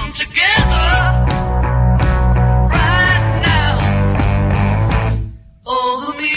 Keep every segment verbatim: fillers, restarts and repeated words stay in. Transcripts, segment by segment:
come together right now over me.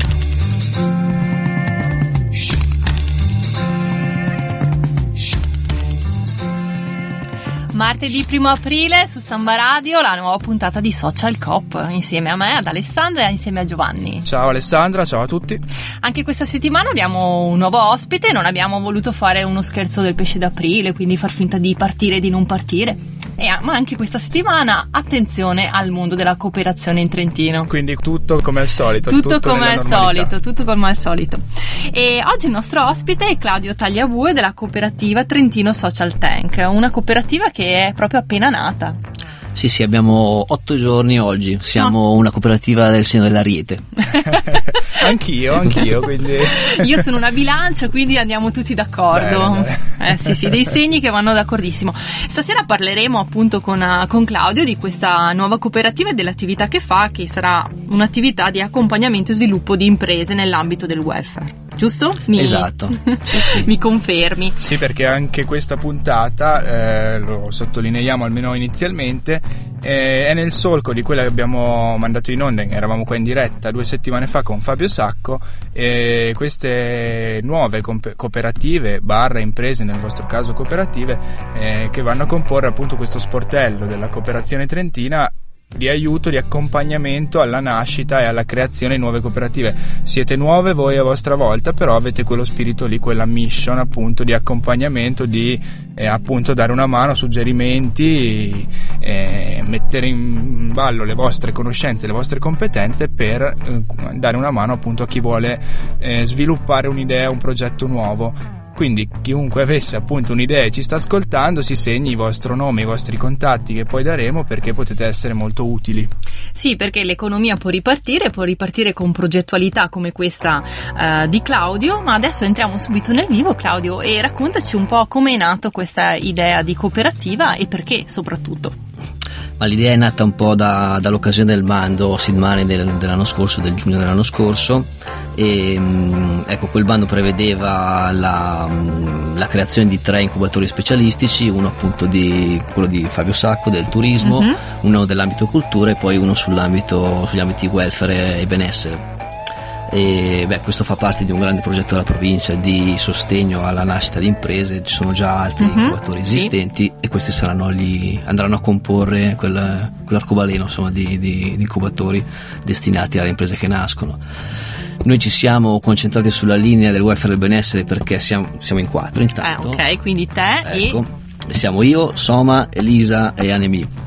Martedì primo aprile su Samba Radio, la nuova puntata di Social Coop, insieme a me, ad Alessandra e insieme a Giovanni. Ciao Alessandra, ciao a tutti. Anche questa settimana abbiamo un nuovo ospite, non abbiamo voluto fare uno scherzo del pesce d'aprile, quindi far finta di partire e di non partire. E, ma anche questa settimana attenzione al mondo della cooperazione in Trentino. Quindi tutto come al solito. Tutto, tutto come al normalità. solito, tutto come al solito. E oggi il nostro ospite è Claudio Tagliabue della cooperativa Trentino Social Tank, una cooperativa che è proprio appena nata. Sì, sì, abbiamo otto giorni oggi, siamo no. una cooperativa del segno dell'Ariete. Anch'io, anch'io, quindi... Io sono una bilancia, quindi andiamo tutti d'accordo. Bene, bene. Eh sì, sì, dei segni che vanno d'accordissimo. Stasera parleremo appunto con, uh, con Claudio di questa nuova cooperativa e dell'attività che fa, che sarà un'attività di accompagnamento e sviluppo di imprese nell'ambito del welfare. Giusto? Mi... Esatto. Sì, sì. Mi confermi? Sì, perché anche questa puntata, eh, lo sottolineiamo almeno inizialmente, eh, è nel solco di quella che abbiamo mandato in onda, eravamo qua in diretta due settimane fa con Fabio Sacco, e queste nuove comp- cooperative barra imprese, nel vostro caso cooperative, eh, che vanno a comporre appunto questo sportello della cooperazione trentina di aiuto, di accompagnamento alla nascita e alla creazione di nuove cooperative. Siete nuove voi a vostra volta, però avete quello spirito lì, quella mission appunto di accompagnamento, di eh, appunto dare una mano, suggerimenti, eh, mettere in ballo le vostre conoscenze, le vostre competenze per eh, dare una mano appunto a chi vuole eh, sviluppare un'idea, un progetto nuovo. Quindi chiunque avesse appunto un'idea e ci sta ascoltando, si segni il vostro nome, i vostri contatti che poi daremo, perché potete essere molto utili. Sì, perché l'economia può ripartire, può ripartire con progettualità come questa uh, di Claudio, ma adesso entriamo subito nel vivo, Claudio, e raccontaci un po' come è nata questa idea di cooperativa e perché soprattutto. Ma l'idea è nata un po' da, dall'occasione del bando Seed Money del, dell'anno scorso, del giugno dell'anno scorso, e mh, ecco, quel bando prevedeva la, mh, la creazione di tre incubatori specialistici, uno appunto di quello di Fabio Sacco del turismo, mm-hmm. uno dell'ambito cultura e poi uno sull'ambito, sugli ambiti welfare e benessere. E beh, questo fa parte di un grande progetto della provincia di sostegno alla nascita di imprese. Ci sono già altri mm-hmm, incubatori esistenti, sì. E questi saranno gli, andranno a comporre quel, quell'arcobaleno insomma di, di, di incubatori destinati alle imprese che nascono. Noi ci siamo concentrati sulla linea del welfare e del benessere perché siamo, siamo in quattro intanto. Eh, ok, quindi te ecco, e siamo io, Soma, Elisa e Anemi.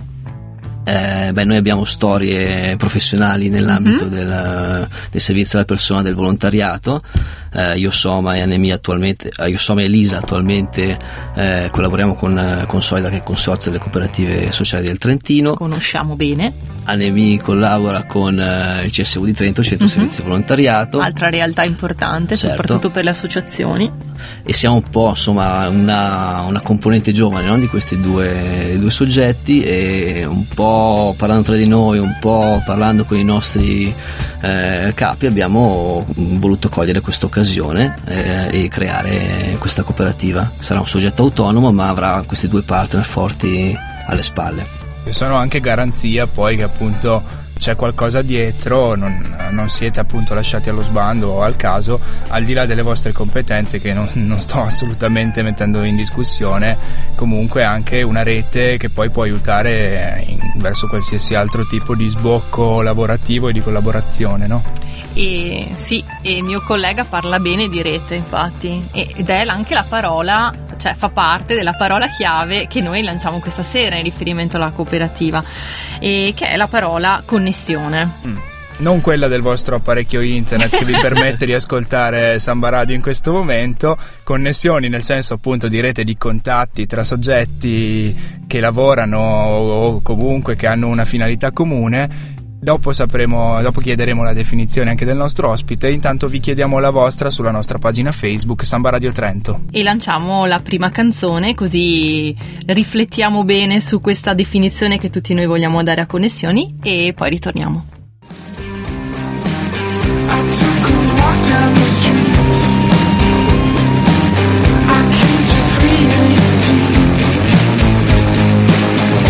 Eh, beh, noi abbiamo storie professionali nell'ambito mm-hmm. del, del servizio alla persona, del volontariato. Eh, io Soma e Anemi attualmente, eh, io Soma e Elisa attualmente eh, collaboriamo con, con Solida, che è il consorzio delle cooperative sociali del Trentino. Conosciamo bene. Anemi collabora con eh, il C S V di Trento, Centro mm-hmm. Servizio Volontariato. Altra realtà importante, certo. Soprattutto per le associazioni. E siamo un po' insomma una, una componente giovane, no? Di questi due, due soggetti, e un po' parlando tra di noi, un po' parlando con i nostri eh, capi, abbiamo voluto cogliere questa occasione eh, e creare questa cooperativa. Sarà un soggetto autonomo, ma avrà questi due partner forti alle spalle. E sono anche garanzia poi che appunto c'è qualcosa dietro, non, non siete appunto lasciati allo sbando o al caso, al di là delle vostre competenze che non, non sto assolutamente mettendo in discussione. Comunque anche una rete che poi può aiutare in, verso qualsiasi altro tipo di sbocco lavorativo e di collaborazione, no? E sì, e il mio collega parla bene di rete, infatti, ed è anche la parola, cioè fa parte della parola chiave che noi lanciamo questa sera in riferimento alla cooperativa, e che è la parola connessione. Mm. Non quella del vostro apparecchio internet che vi permette di ascoltare Samba Radio in questo momento. Connessioni nel senso appunto di rete di contatti tra soggetti che lavorano o comunque che hanno una finalità comune. Dopo sapremo, dopo chiederemo la definizione anche del nostro ospite. Intanto vi chiediamo la vostra sulla nostra pagina Facebook Samba Radio Trento. E lanciamo la prima canzone, così riflettiamo bene su questa definizione che tutti noi vogliamo dare a connessioni, e poi ritorniamo. I took a walk down the streets. I came to three eighteen.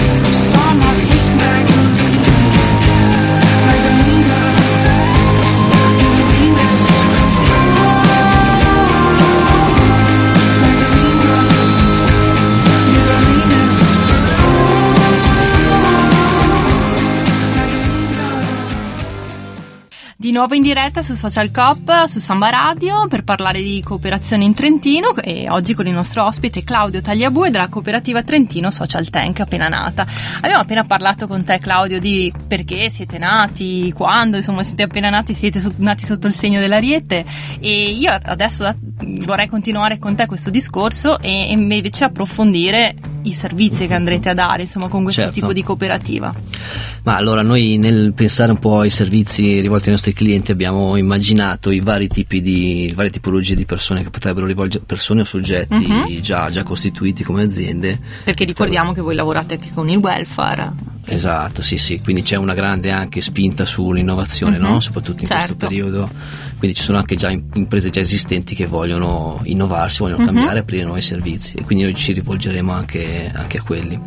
di nuovo in diretta su Social Coop, su Samba Radio, per parlare di cooperazione in Trentino, e oggi con il nostro ospite Claudio Tagliabue della cooperativa Trentino Social Tank, appena nata. Abbiamo appena parlato con te, Claudio, di perché siete nati, quando, insomma, siete appena nati, siete so- nati sotto il segno dell'Ariete, e io adesso da- vorrei continuare con te questo discorso e, e invece approfondire i servizi che andrete a dare, insomma, con questo Certo. tipo di cooperativa. Ma allora, noi nel pensare un po' ai servizi rivolti ai nostri clienti abbiamo immaginato i vari tipi di varie tipologie di persone che potrebbero rivolgere, persone o soggetti Mhm. già, già costituiti come aziende. Perché ricordiamo che voi lavorate anche con il welfare. Esatto, sì, sì, quindi c'è una grande anche spinta sull'innovazione, Mhm. no? Soprattutto in questo Certo. periodo. Quindi ci sono anche già im- imprese già esistenti che vogliono innovarsi, vogliono Mhm. cambiare, aprire nuovi servizi, e quindi noi ci rivolgeremo anche, anche a quelli.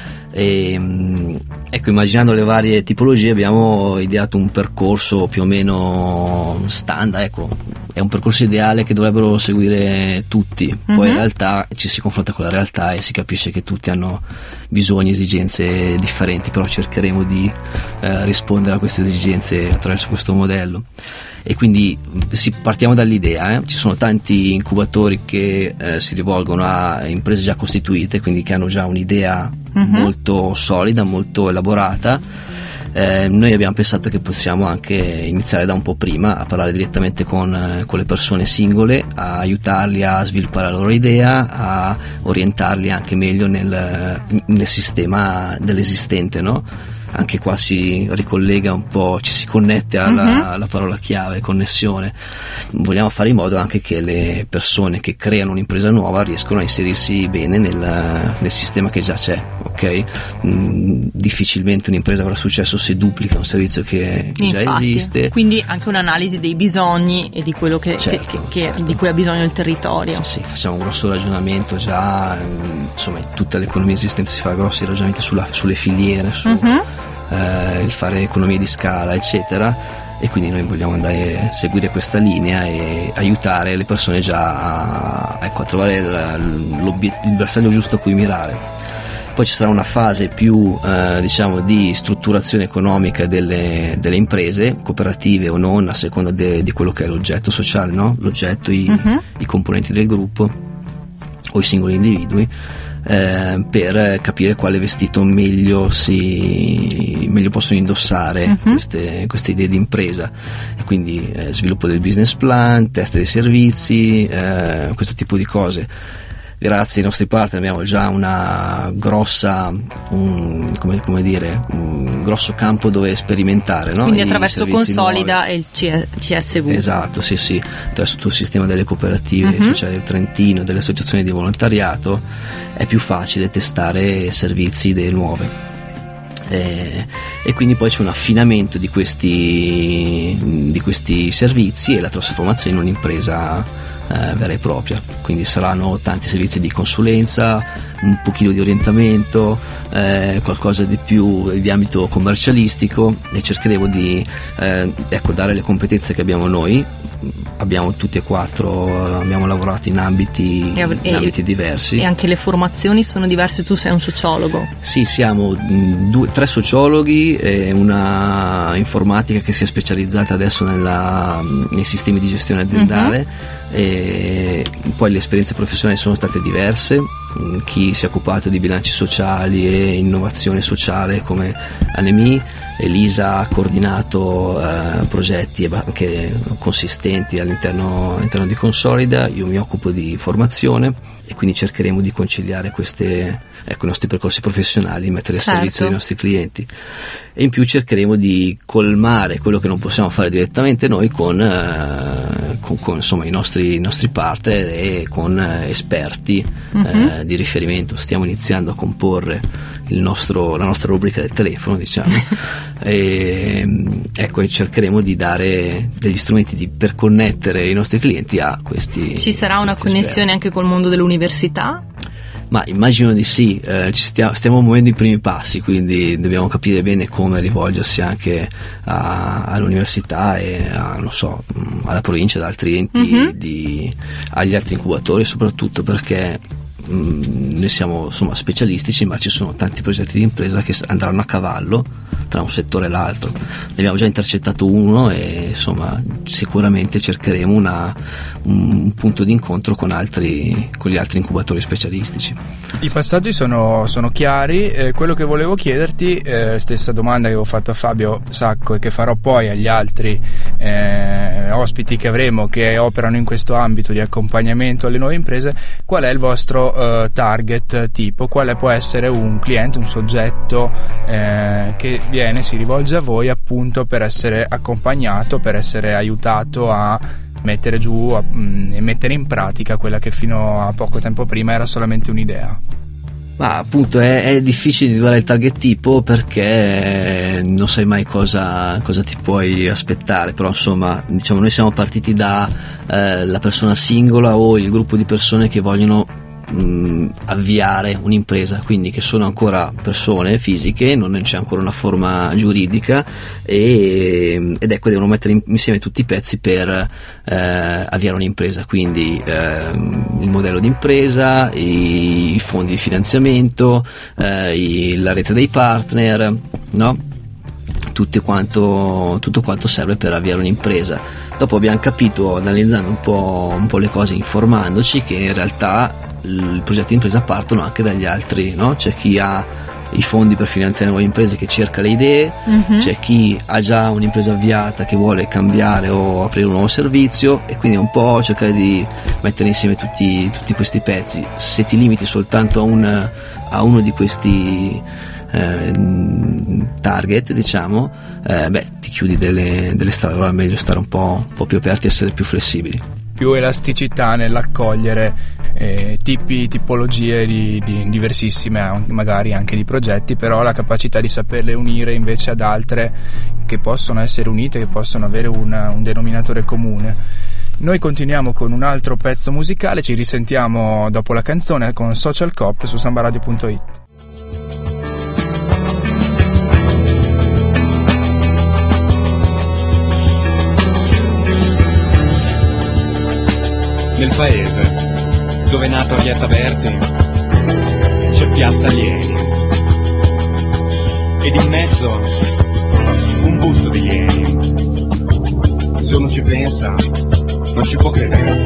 E, mh, ecco, immaginando le varie tipologie abbiamo ideato un percorso più o meno standard, ecco, è un percorso ideale che dovrebbero seguire tutti. Poi Mhm. in realtà ci si confronta con la realtà e si capisce che tutti hanno bisogni, esigenze differenti, però cercheremo di eh, rispondere a queste esigenze attraverso questo modello. E quindi sì, partiamo dall'idea, eh. Ci sono tanti incubatori che eh, si rivolgono a imprese già costituite, quindi che hanno già un'idea Mhm. molto solida, molto elaborata. Eh, noi abbiamo pensato che possiamo anche iniziare da un po' prima a parlare direttamente con, eh, con le persone singole, a aiutarli a sviluppare la loro idea, a orientarli anche meglio nel, nel sistema dell'esistente, no? Anche qua si ricollega un po', ci si connette alla, Mhm. alla parola chiave, connessione. Vogliamo fare in modo anche che le persone che creano un'impresa nuova riescano a inserirsi bene nel, nel sistema che già c'è, ok? Mm, difficilmente un'impresa avrà successo se duplica un servizio che, che già Infatti, esiste. quindi anche un'analisi dei bisogni e di quello che, Certo, che- che- certo. di cui ha bisogno il territorio. Sì, sì, facciamo un grosso ragionamento già, mm, insomma, in tutta l'economia esistente si fa grossi ragionamenti sulla- sulle filiere, su Mhm. eh, il fare economie di scala, eccetera, e quindi noi vogliamo andare a seguire questa linea e aiutare le persone già a, ecco, a trovare il, l'obiet- il bersaglio giusto a cui mirare. Poi ci sarà una fase più eh, diciamo di strutturazione economica delle, delle imprese, cooperative o non, a seconda de- di quello che è l'oggetto sociale, no? L'oggetto, i, Mhm. i componenti del gruppo o i singoli individui, eh, per capire quale vestito meglio si meglio possono indossare Mhm. queste, queste idee di impresa, e quindi eh, sviluppo del business plan, test dei servizi, eh, questo tipo di cose. Grazie ai nostri partner abbiamo già una grossa un, come, come dire un grosso campo dove sperimentare, no? Quindi I attraverso servizi Consolida nuovi. e il C- CSV. Esatto, sì, sì, attraverso tutto il sistema delle cooperative Mhm. sociali del Trentino, delle associazioni di volontariato, è più facile testare servizi, idee nuove. Eh, e quindi poi c'è un affinamento di questi, di questi servizi e la trasformazione in un'impresa eh, vera e propria. Quindi saranno tanti servizi di consulenza, un pochino di orientamento, eh, qualcosa di più di ambito commercialistico, e cercheremo di eh, ecco, dare le competenze che abbiamo noi. Abbiamo tutti e quattro, abbiamo lavorato in ambiti, E av- in e- ambiti diversi. E anche le formazioni sono diverse, tu sei un sociologo. Sì, siamo mh, due, tre sociologhi e una informatica che si è specializzata adesso nella, nei sistemi di gestione aziendale, e poi le esperienze professionali sono state diverse. Mh, Chi si è occupato di bilanci sociali e innovazione sociale come Anemi, Elisa ha coordinato eh, progetti anche consistenti all'interno, all'interno di Consolida, io mi occupo di formazione, e quindi cercheremo di conciliare queste, ecco, i nostri percorsi professionali, di mettere Certo. al servizio dei nostri clienti, e in più cercheremo di colmare quello che non possiamo fare direttamente noi con, eh, con, con insomma, i nostri, i nostri partner e con eh, esperti Mhm. eh, di riferimento. Stiamo iniziando a comporre il nostro, la nostra rubrica del telefono, diciamo, e ecco, e cercheremo di dare degli strumenti di, per connettere i nostri clienti a questi. Ci sarà una questi connessione anche col mondo dell'università? Ma immagino di sì, eh, ci stia, stiamo muovendo i primi passi, quindi dobbiamo capire bene come rivolgersi anche a, all'università e a, non so, mh, alla provincia, ad altri enti, Mhm. di, agli altri incubatori, soprattutto perché mh, noi siamo insomma specialistici, ma ci sono tanti progetti di impresa che s- andranno a cavallo tra un settore e l'altro. Ne abbiamo già intercettato uno e insomma sicuramente cercheremo una, un punto di incontro con altri, con gli altri incubatori specialistici. I passaggi sono, sono chiari. Eh, quello che volevo chiederti, eh, stessa domanda che avevo fatto a Fabio Sacco e che farò poi agli altri eh, ospiti che avremo che operano in questo ambito di accompagnamento alle nuove imprese: qual è il vostro eh, target tipo? Quale può essere un cliente, un soggetto eh, che viene, si rivolge a voi appunto per essere accompagnato, per essere aiutato a mettere giù a, mh, e mettere in pratica quella che fino a poco tempo prima era solamente un'idea? Ma appunto è, è difficile individuare il target tipo perché non sai mai cosa, cosa ti puoi aspettare, però insomma diciamo noi siamo partiti da eh, la persona singola o il gruppo di persone che vogliono mh, avviare un'impresa, quindi che sono ancora persone fisiche, non c'è ancora una forma giuridica e, ed ecco devono mettere insieme tutti i pezzi per eh, avviare un'impresa, quindi eh, il modello di impresa, i, i fondi di finanziamento, eh, i, la rete dei partner, no? Tutto quanto, tutto quanto serve per avviare un'impresa. Dopo abbiamo capito, analizzando un po', un po' le cose, informandoci, che in realtà i progetti di impresa partono anche dagli altri, no? C'è chi ha i fondi per finanziare nuove imprese che cerca le idee, mm-hmm. c'è chi ha già un'impresa avviata che vuole cambiare o aprire un nuovo servizio, e quindi è un po' cercare di mettere insieme tutti, tutti questi pezzi. Se ti limiti soltanto a, un, a uno di questi eh, target, diciamo, eh, beh, ti chiudi delle, delle strade. Allora è meglio stare un po', un po' più aperti e essere più flessibili. Più elasticità nell'accogliere eh, tipi, tipologie di, di diversissime, magari anche di progetti, però la capacità di saperle unire invece ad altre che possono essere unite, che possono avere una, un denominatore comune. Noi continuiamo con un altro pezzo musicale, ci risentiamo dopo la canzone con Social Coop su samba radio punto it. Nel paese dove è nato Arietta Berti c'è Piazza Alieni ed in mezzo un busto di ieni. Se uno ci pensa non ci può credere.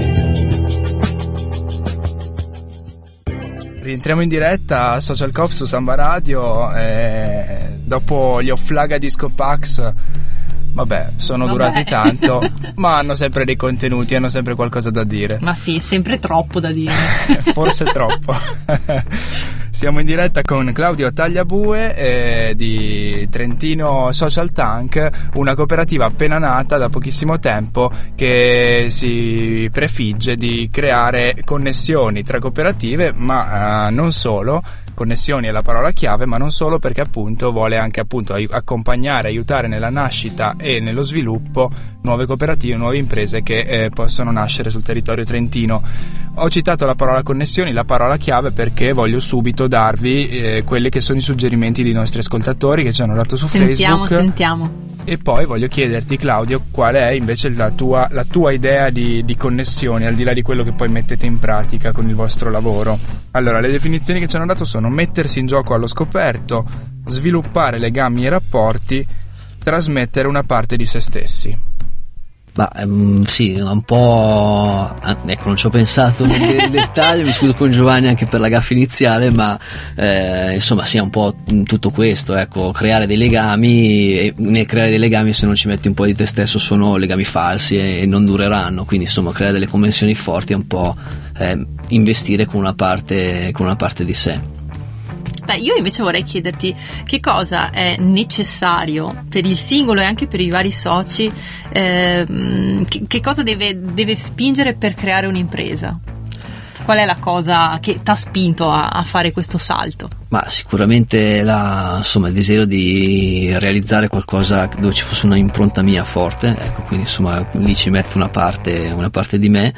Rientriamo in diretta a Social Coop su Samba Radio eh, dopo gli Offlaga Disco Pax. Vabbè, sono Vabbè. durati tanto, ma hanno sempre dei contenuti, hanno sempre qualcosa da dire. Ma sì, sempre troppo da dire. Forse troppo. Siamo in diretta con Claudio Tagliabue eh, di Trentino Social Tank, una cooperativa appena nata da pochissimo tempo che si prefigge di creare connessioni tra cooperative, ma eh, non solo. Connessioni è la parola chiave, ma non solo, perché appunto vuole anche appunto accompagnare, aiutare nella nascita e nello sviluppo nuove cooperative, nuove imprese che eh, possono nascere sul territorio trentino. Ho citato la parola connessioni, la parola chiave, perché voglio subito darvi eh, quelli che sono i suggerimenti dei nostri ascoltatori che ci hanno dato su sentiamo, Facebook. Sentiamo. E poi voglio chiederti, Claudio, qual è invece la tua, la tua idea di, di connessioni, al di là di quello che poi mettete in pratica con il vostro lavoro. Allora, le definizioni che ci hanno dato sono mettersi in gioco allo scoperto, sviluppare legami e rapporti, trasmettere una parte di se stessi. Ma um, sì, un po', ecco, non ci ho pensato nel dettaglio, mi scuso con Giovanni anche per la gaffa iniziale, ma eh, insomma sì, è un po' tutto questo, ecco, creare dei legami, e nel creare dei legami, se non ci metti un po' di te stesso, sono legami falsi e, e non dureranno, quindi insomma creare delle connessioni forti è un po' eh, investire con una parte, con una parte di sé. Beh, io invece vorrei chiederti che cosa è necessario per il singolo e anche per i vari soci, ehm, che, che cosa deve, deve spingere per creare un'impresa? Qual è la cosa che ti ha spinto a, a fare questo salto? Ma sicuramente la, insomma, il desiderio di realizzare qualcosa dove ci fosse una impronta mia forte, ecco, quindi insomma lì ci metto una parte, una parte di me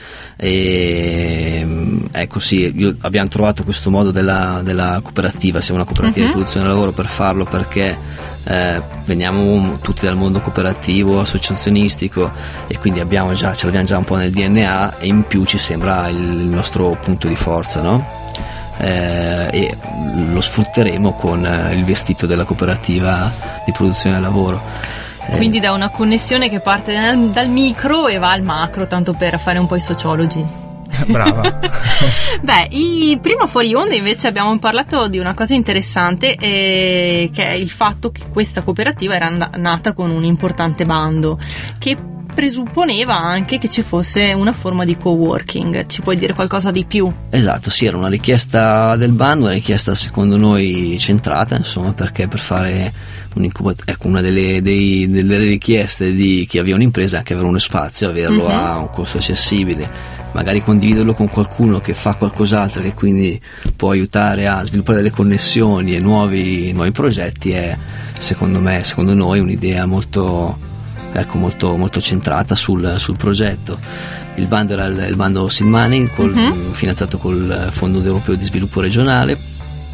e ecco sì, io, abbiamo trovato questo modo della, della cooperativa, siamo una cooperativa uh-huh. di produzione del lavoro per farlo, perché Eh, veniamo tutti dal mondo cooperativo, associazionistico, e quindi abbiamo già, ce l'abbiamo già un po' nel D N A, e in più ci sembra il nostro punto di forza, no? Eh, e lo sfrutteremo con eh, il vestito della cooperativa di produzione del lavoro. Quindi da una connessione che parte dal, dal micro e va al macro, tanto per fare un po' i sociologi. Brava. Beh, i prima fuori onda invece abbiamo parlato di una cosa interessante, eh, che è il fatto che questa cooperativa era na- nata con un importante bando che presupponeva anche che ci fosse una forma di co-working. Ci puoi dire qualcosa di più? Esatto, sì, era una richiesta del bando, una richiesta secondo noi centrata, insomma, perché per fare un incubatore, ecco, una delle, dei, delle richieste di chi avvia un'impresa è anche avere uno spazio, averlo uh-huh. a un costo accessibile, magari condividerlo con qualcuno che fa qualcos'altro, che quindi può aiutare a sviluppare delle connessioni e nuovi, nuovi progetti, è secondo me, secondo noi un'idea molto, ecco, molto, molto centrata sul, sul progetto. Il bando era il, il bando Seed Money, col, uh-huh. finanziato col Fondo Europeo di Sviluppo Regionale,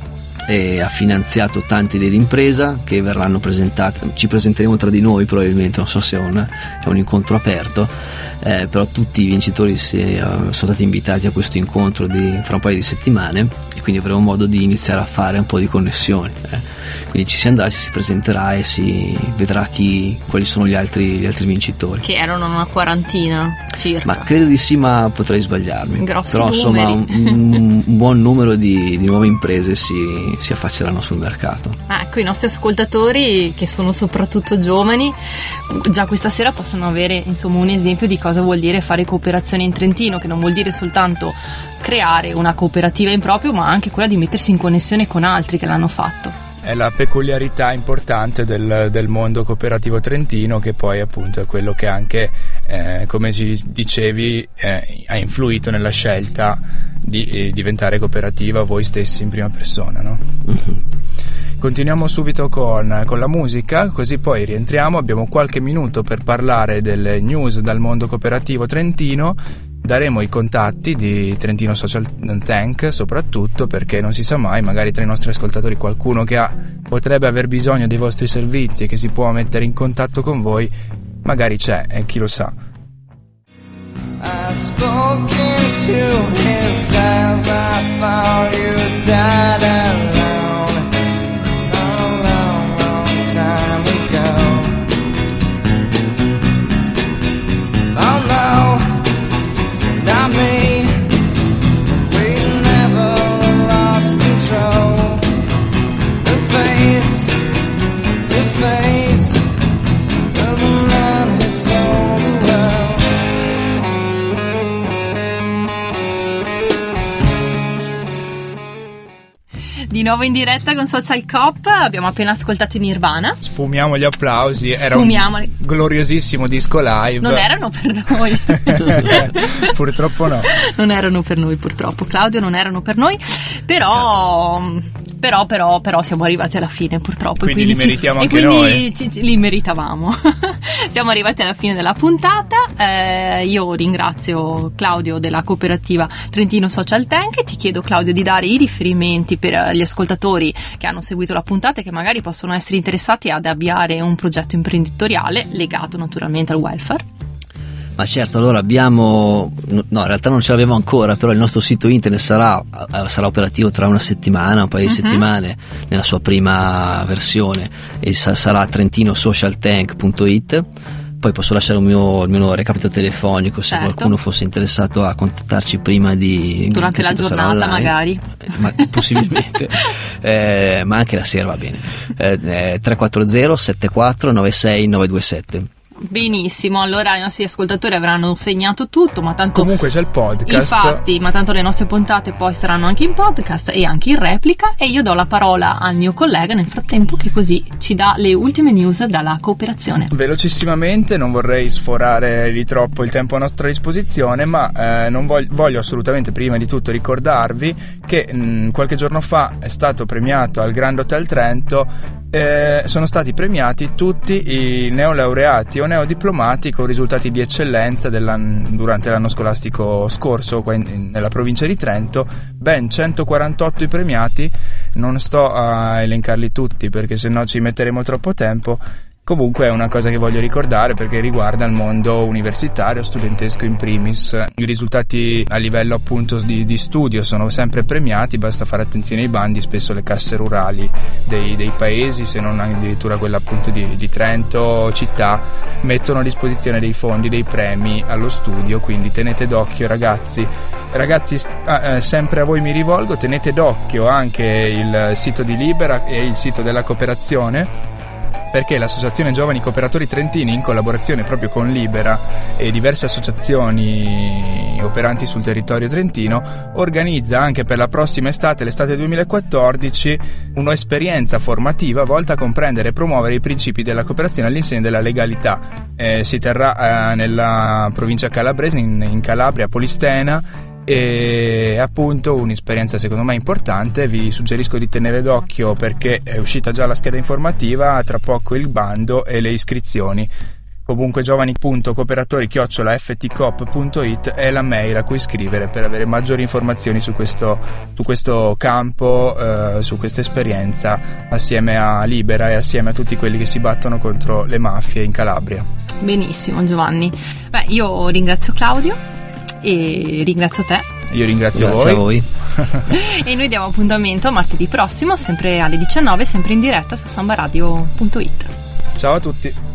e ha finanziato tante idee di impresa che verranno presentate, ci presenteremo tra di noi probabilmente, non so se è un, è un incontro aperto, eh, però tutti i vincitori si, uh, sono stati invitati a questo incontro di, fra un paio di settimane, e quindi avremo modo di iniziare a fare un po' di connessioni, eh. Quindi ci si andrà, ci si presenterà e si vedrà chi, quali sono gli altri, gli altri vincitori, che erano una quarantina circa. Ma credo di sì, ma potrei sbagliarmi. Grossi però insomma un, un buon numero di, di nuove imprese si, si affacceranno sul mercato. Ecco, i nostri ascoltatori, che sono soprattutto giovani, già questa sera possono avere insomma un esempio di cosa vuol dire fare cooperazione in Trentino, che non vuol dire soltanto creare una cooperativa in proprio, ma anche quella di mettersi in connessione con altri che l'hanno fatto. È la peculiarità importante del, del mondo cooperativo trentino, che poi appunto è quello che anche, eh, come ci dicevi, eh, ha influito nella scelta di eh, diventare cooperativa voi stessi in prima persona, no? Mm-hmm. Continuiamo subito con, con la musica, così poi rientriamo, abbiamo qualche minuto per parlare delle news dal mondo cooperativo trentino. Daremo i contatti di Trentino Social Tank, soprattutto perché non si sa mai, magari tra i nostri ascoltatori qualcuno che ha, potrebbe aver bisogno dei vostri servizi e che si può mettere in contatto con voi, magari c'è, e chi lo sa. I've spoken to his eyes, I thought you died alone, a long, long time ago. Oh no, not me, we never lost control, the face to face of the man who sold the world. Di nuovo in diretta con Social Cop, abbiamo appena ascoltato i Nirvana. Sfumiamo gli applausi, era Sfumiamoli. un gloriosissimo disco live. Non erano per noi. Purtroppo no. Non erano per noi, purtroppo, Claudio, non erano per noi, però però però però siamo arrivati alla fine, purtroppo, quindi, e quindi li meritiamo ci, anche e quindi noi. Ci, ci, li meritavamo. Siamo arrivati alla fine della puntata. Eh, io ringrazio Claudio della cooperativa Trentino Social Tank e ti chiedo, Claudio, di dare i riferimenti per gli ascoltatori che hanno seguito la puntata e che magari possono essere interessati ad avviare un progetto imprenditoriale legato naturalmente al welfare. Ma certo, allora abbiamo, no, in realtà non ce l'abbiamo ancora, però il nostro sito internet sarà, sarà operativo tra una settimana, un paio di uh-huh. settimane, nella sua prima versione, e sarà trentino social tank punto it. Poi posso lasciare il mio, il mio recapito telefonico se certo. qualcuno fosse interessato a contattarci prima di durante la giornata magari, ma, possibilmente eh, ma anche la sera va bene. eh, eh, tre quattro zero sette quattro nove sei nove due sette. Benissimo, allora i nostri ascoltatori avranno segnato tutto, ma tanto comunque c'è il podcast. Infatti, ma tanto le nostre puntate poi saranno anche in podcast e anche in replica, e io do la parola al mio collega nel frattempo, che così ci dà le ultime news dalla cooperazione. Velocissimamente, non vorrei sforare di troppo il tempo a nostra disposizione, ma eh, non voglio, voglio assolutamente prima di tutto ricordarvi che mh, qualche giorno fa è stato premiato al Grand Hotel Trento. Eh, sono stati premiati tutti i neolaureati o neodiplomati con risultati di eccellenza durante l'anno scolastico scorso qua in, nella provincia di Trento. Ben centoquarantotto i premiati, non sto a elencarli tutti perché sennò ci metteremo troppo tempo. Comunque è una cosa che voglio ricordare perché riguarda il mondo universitario, studentesco in primis. I risultati a livello appunto di, di studio sono sempre premiati, basta fare attenzione ai bandi. Spesso le casse rurali dei, dei paesi, se non addirittura quella appunto di, di Trento città, mettono a disposizione dei fondi, dei premi allo studio, quindi tenete d'occhio ragazzi. Ragazzi, eh, sempre a voi mi rivolgo, tenete d'occhio anche il sito di Libera e il sito della cooperazione, perché l'Associazione Giovani Cooperatori Trentini, in collaborazione proprio con Libera e diverse associazioni operanti sul territorio trentino, organizza anche per la prossima estate, l'estate duemilaquattordici, un'esperienza formativa volta a comprendere e promuovere i principi della cooperazione all'insegna della legalità. Eh, si terrà eh, nella provincia calabrese, in, in Calabria, Polistena, e appunto un'esperienza secondo me importante. Vi suggerisco di tenere d'occhio perché è uscita già la scheda informativa, tra poco il bando e le iscrizioni. Comunque giovani punto cooperatori chiocciola f t coop punto it è la mail a cui scrivere per avere maggiori informazioni su questo, su questo campo, eh, su questa esperienza assieme a Libera e assieme a tutti quelli che si battono contro le mafie in Calabria. Benissimo Giovanni. Beh, io ringrazio Claudio e ringrazio te. Io ringrazio Grazie voi. a voi. E noi diamo appuntamento a martedì prossimo, sempre alle diciannove, sempre in diretta su samba radio punto it. Ciao a tutti.